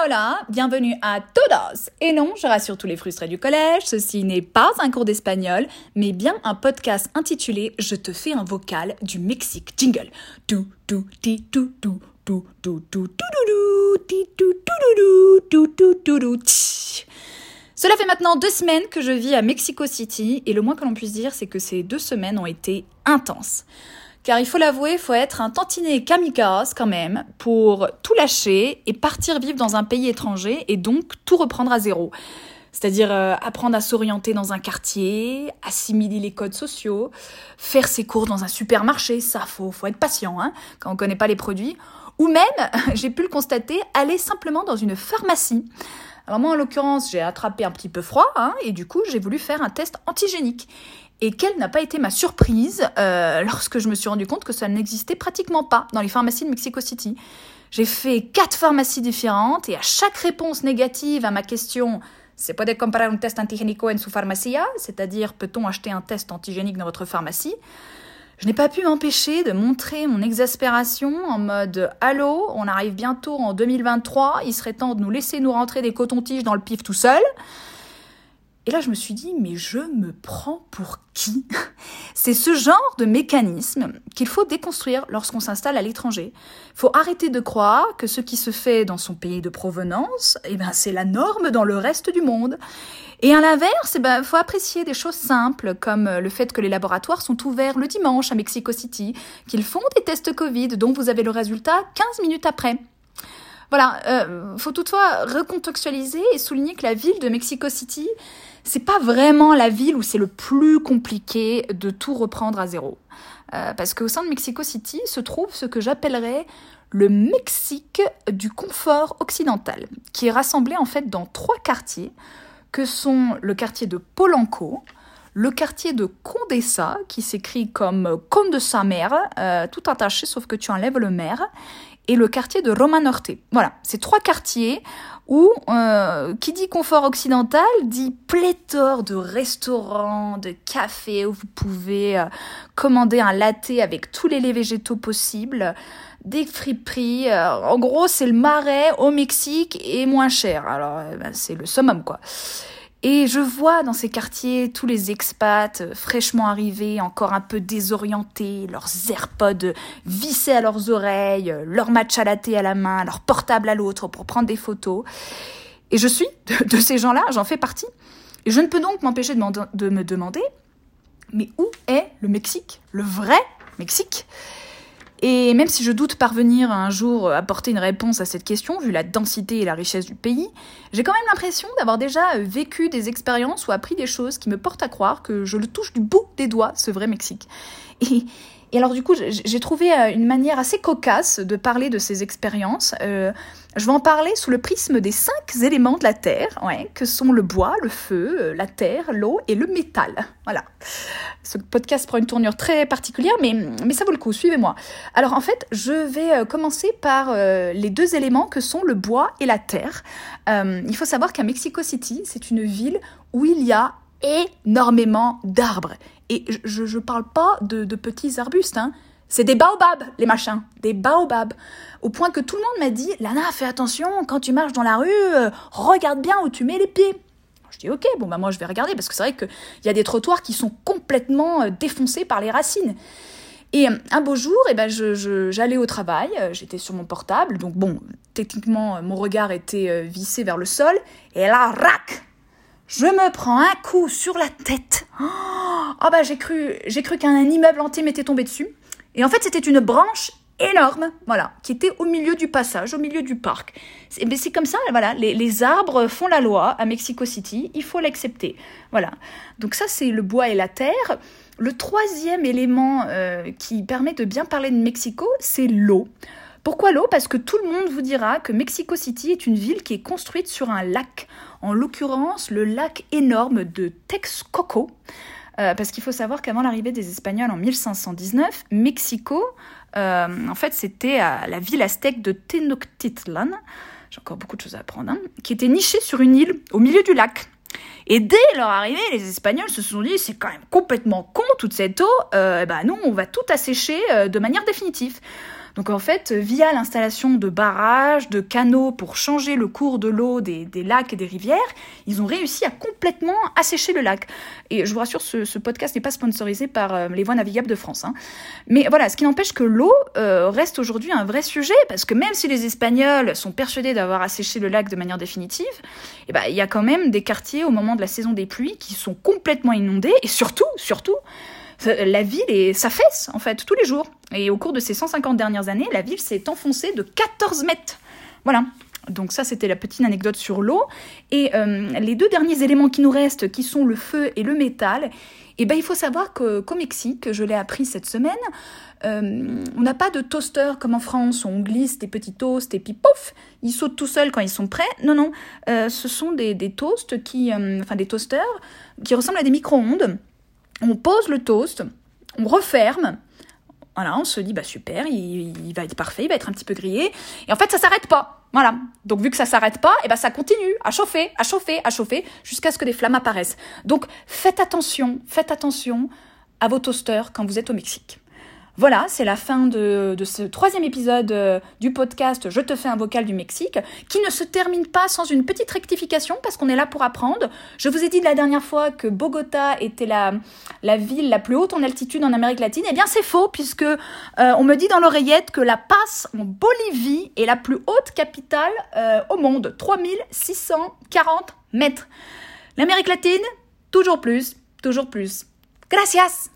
Hola, bienvenue à todos. Et non, je rassure tous les frustrés du collège, ceci n'est pas un cours d'espagnol, mais bien un podcast intitulé « Je te fais un vocal du Mexique ». Jingle. Cela fait maintenant 2 semaines que je vis à Mexico City et le moins que l'on puisse dire, c'est que ces 2 semaines ont été intenses. Car il faut l'avouer, il faut être un tantinet kamikaze quand même pour tout lâcher et partir vivre dans un pays étranger et donc tout reprendre à zéro. C'est-à-dire apprendre à s'orienter dans un quartier, assimiler les codes sociaux, faire ses cours dans un supermarché, ça faut être patient quand on connaît pas les produits. Ou même, j'ai pu le constater, aller simplement dans une pharmacie. Alors moi en l'occurrence, j'ai attrapé un petit peu froid et du coup j'ai voulu faire un test antigénique. Et quelle n'a pas été ma surprise lorsque je me suis rendu compte que ça n'existait pratiquement pas dans les pharmacies de Mexico City. J'ai fait 4 pharmacies différentes et à chaque réponse négative à ma question « ¿Se puede comprar un test antigénico en su farmacia ?» c'est-à-dire « Peut-on acheter un test antigénique dans votre pharmacie ?» Je n'ai pas pu m'empêcher de montrer mon exaspération en mode « Allô, on arrive bientôt en 2023, il serait temps de nous laisser nous rentrer des cotons-tiges dans le pif tout seul ?» Et là, je me suis dit, mais je me prends pour qui ? C'est ce genre de mécanisme qu'il faut déconstruire lorsqu'on s'installe à l'étranger. Il faut arrêter de croire que ce qui se fait dans son pays de provenance, c'est la norme dans le reste du monde. Et à l'inverse, faut apprécier des choses simples, comme le fait que les laboratoires sont ouverts le dimanche à Mexico City, qu'ils font des tests Covid dont vous avez le résultat 15 minutes après. Voilà, faut toutefois recontextualiser et souligner que la ville de Mexico City, c'est pas vraiment la ville où c'est le plus compliqué de tout reprendre à zéro. Parce qu'au sein de Mexico City se trouve ce que j'appellerais le Mexique du confort occidental, qui est rassemblé en fait dans 3 quartiers, que sont le quartier de Polanco, le quartier de Condesa, qui s'écrit comme Condesa Mer, tout attaché sauf que tu enlèves le mer, et le quartier de Roma Norte. Voilà, c'est 3 quartiers où, qui dit confort occidental, dit pléthore de restaurants, de cafés où vous pouvez commander un latte avec tous les laits végétaux possibles, des friperies. En gros, c'est le Marais au Mexique et moins cher. Alors, c'est le summum, quoi. Et je vois dans ces quartiers tous les expats fraîchement arrivés, encore un peu désorientés, leurs AirPods vissés à leurs oreilles, leur matcha latte à la main, leur portable à l'autre pour prendre des photos. Et je suis de ces gens-là, j'en fais partie. Et je ne peux donc m'empêcher de me demander, mais où est le Mexique, le vrai Mexique ? Et même si je doute parvenir un jour à apporter une réponse à cette question, vu la densité et la richesse du pays, j'ai quand même l'impression d'avoir déjà vécu des expériences ou appris des choses qui me portent à croire que je le touche du bout des doigts, ce vrai Mexique. Et alors du coup, j'ai trouvé une manière assez cocasse de parler de ces expériences. Je vais en parler sous le prisme des 5 éléments de la Terre, que sont le bois, le feu, la terre, l'eau et le métal. Voilà. Ce podcast prend une tournure très particulière, mais ça vaut le coup, suivez-moi. Alors en fait, je vais commencer par les 2 éléments que sont le bois et la terre. Il faut savoir qu'à Mexico City, c'est une ville où il y a énormément d'arbres. Et je parle pas de petits arbustes, C'est des baobabs, les machins. Des baobabs. Au point que tout le monde m'a dit « Lana, fais attention, quand tu marches dans la rue, regarde bien où tu mets les pieds. » Je dis « Ok, moi je vais regarder, parce que c'est vrai qu'il y a des trottoirs qui sont complètement défoncés par les racines. » Et un beau jour, j'allais au travail, j'étais sur mon portable, donc bon, techniquement, mon regard était vissé vers le sol, et là, rac ! Je me prends un coup sur la tête. J'ai cru qu'un immeuble entier m'était tombé dessus. Et en fait, c'était une branche énorme, voilà, qui était au milieu du passage, au milieu du parc. C'est comme ça, voilà, les arbres font la loi à Mexico City, il faut l'accepter. Voilà. Donc ça, c'est le bois et la terre. Le 3e élément qui permet de bien parler de Mexico, c'est l'eau. Pourquoi l'eau ? Parce que tout le monde vous dira que Mexico City est une ville qui est construite sur un lac. En l'occurrence, le lac énorme de Texcoco. Parce qu'il faut savoir qu'avant l'arrivée des Espagnols en 1519, Mexico, en fait, c'était la ville aztèque de Tenochtitlan, j'ai encore beaucoup de choses à apprendre, qui était nichée sur une île au milieu du lac. Et dès leur arrivée, les Espagnols se sont dit, c'est quand même complètement con toute cette eau, nous on va tout assécher de manière définitive. Donc en fait, via l'installation de barrages, de canaux pour changer le cours de l'eau des lacs et des rivières, ils ont réussi à complètement assécher le lac. Et je vous rassure, ce podcast n'est pas sponsorisé par les voies navigables de France. Mais voilà, ce qui n'empêche que l'eau reste aujourd'hui un vrai sujet, parce que même si les Espagnols sont persuadés d'avoir asséché le lac de manière définitive, il y a quand même des quartiers au moment de la saison des pluies qui sont complètement inondés, et surtout, la ville s'affaisse en fait tous les jours. Et au cours de ces 150 dernières années, la ville s'est enfoncée de 14 mètres. Voilà. Donc ça, c'était la petite anecdote sur l'eau. Et les deux derniers éléments qui nous restent, qui sont le feu et le métal, il faut savoir qu'au Mexique, je l'ai appris cette semaine, on n'a pas de toaster comme en France, où on glisse des petits toasts et puis pouf, ils sautent tout seuls quand ils sont prêts. Non, ce sont des toasts des toasters qui ressemblent à des micro-ondes. On pose le toast, on referme, voilà, on se dit super, il va être parfait, il va être un petit peu grillé, et en fait ça s'arrête pas, voilà. Donc vu que ça s'arrête pas, ça continue à chauffer, jusqu'à ce que des flammes apparaissent. Donc faites attention à vos toasters quand vous êtes au Mexique. Voilà, c'est la fin de ce 3e épisode du podcast « Je te fais un vocal du Mexique » qui ne se termine pas sans une petite rectification parce qu'on est là pour apprendre. Je vous ai dit la dernière fois que Bogota était la ville la plus haute en altitude en Amérique latine. Eh bien, c'est faux puisque on me dit dans l'oreillette que La Paz en Bolivie est la plus haute capitale au monde, 3640 mètres. L'Amérique latine, toujours plus. Gracias!